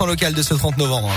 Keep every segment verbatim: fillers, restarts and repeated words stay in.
local de ce trente novembre.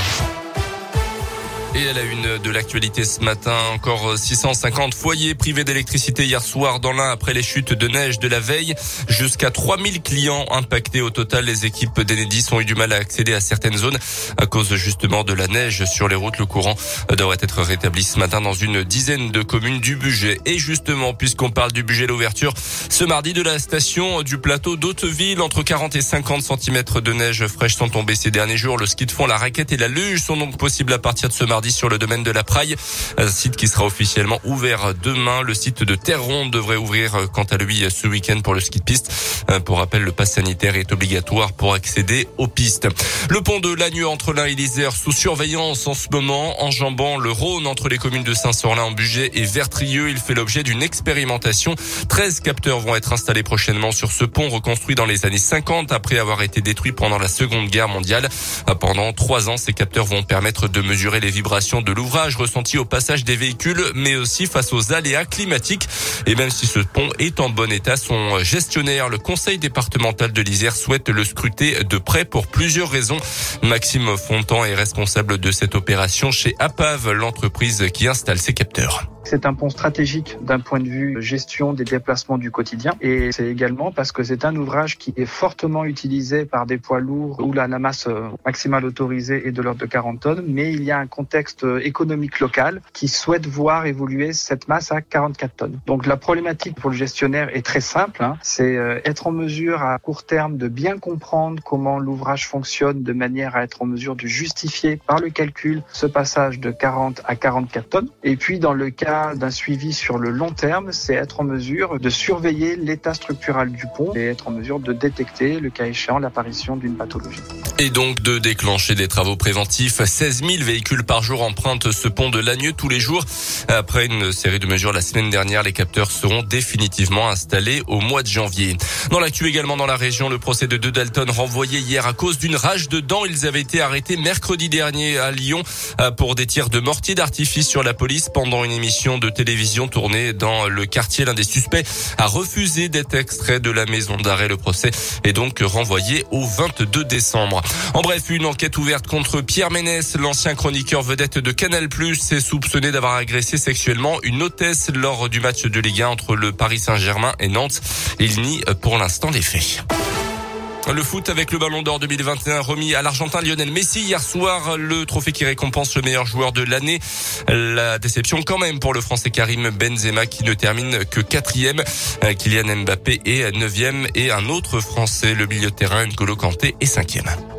Et à la une de l'actualité ce matin, encore six cent cinquante foyers privés d'électricité hier soir dans l'Ain après les chutes de neige de la veille. Jusqu'à trois mille clients impactés au total. Les équipes d'Enedis ont eu du mal à accéder à certaines zones à cause justement de la neige sur les routes. Le courant devrait être rétabli ce matin dans une dizaine de communes du Bugey. Et justement, puisqu'on parle du Bugey, l'ouverture ce mardi de la station du plateau d'Hauteville. Entre quarante et cinquante centimètres de neige fraîche sont tombés ces derniers jours. Le ski de fond, la raquette et la luge sont donc possibles à partir de ce mardi sur le domaine de la Praille, un site qui sera officiellement ouvert demain. Le site de Terre-Ronde devrait ouvrir quant à lui ce week-end pour le ski de piste. Pour rappel, le pass sanitaire est obligatoire pour accéder aux pistes. Le pont de Lagneux entre l'Ain et l'Isère sous surveillance en ce moment, enjambant le Rhône entre les communes de Saint-Sorlin en Bugey et Vertrieux. Il fait l'objet d'une expérimentation. treize capteurs vont être installés prochainement sur ce pont reconstruit dans les années cinquante après avoir été détruit pendant la Seconde Guerre mondiale. Pendant trois ans, ces capteurs vont permettre de mesurer les vibrations de l'ouvrage ressenti au passage des véhicules, mais aussi face aux aléas climatiques. Et même si ce pont est en bon état, son gestionnaire, le conseil départemental de l'Isère, souhaite le scruter de près pour plusieurs raisons. Maxime Fontan est responsable de cette opération chez Apave, l'entreprise qui installe ces capteurs. C'est un pont stratégique d'un point de vue gestion des déplacements du quotidien et c'est également parce que c'est un ouvrage qui est fortement utilisé par des poids lourds où la masse maximale autorisée est de l'ordre de quarante tonnes, mais il y a un contexte économique local qui souhaite voir évoluer cette masse à quarante-quatre tonnes. Donc la problématique pour le gestionnaire est très simple, hein, c'est être en mesure à court terme de bien comprendre comment l'ouvrage fonctionne de manière à être en mesure de justifier par le calcul ce passage de quarante à quarante-quatre tonnes. Et puis dans le cas d'un suivi sur le long terme, c'est être en mesure de surveiller l'état structural du pont et être en mesure de détecter, le cas échéant, l'apparition d'une pathologie. Et donc de déclencher des travaux préventifs. seize mille véhicules par jour empruntent ce pont de Lagneux tous les jours. Après une série de mesures la semaine dernière, les capteurs seront définitivement installés au mois de janvier. Dans l'actu également dans la région, le procès de deux Dalton renvoyé hier à cause d'une rage de dents. Ils avaient été arrêtés mercredi dernier à Lyon pour des tirs de mortier d'artifice sur la police pendant une émission de télévision tournée dans le quartier. L'un des suspects a refusé d'être extrait de la maison d'arrêt. Le procès est donc renvoyé au vingt-deux décembre. En bref, une enquête ouverte contre Pierre Ménès, l'ancien chroniqueur vedette de Canal+, est soupçonné d'avoir agressé sexuellement une hôtesse lors du match de Ligue un entre le Paris Saint-Germain et Nantes. Il nie pour l'instant les faits. Le foot avec le Ballon d'Or deux mille vingt et un remis à l'Argentin Lionel Messi hier soir, le trophée qui récompense le meilleur joueur de l'année. La déception quand même pour le Français Karim Benzema qui ne termine que quatrième. Kylian Mbappé est neuvième et un autre Français, le milieu de terrain N'Golo Kanté, est cinquième.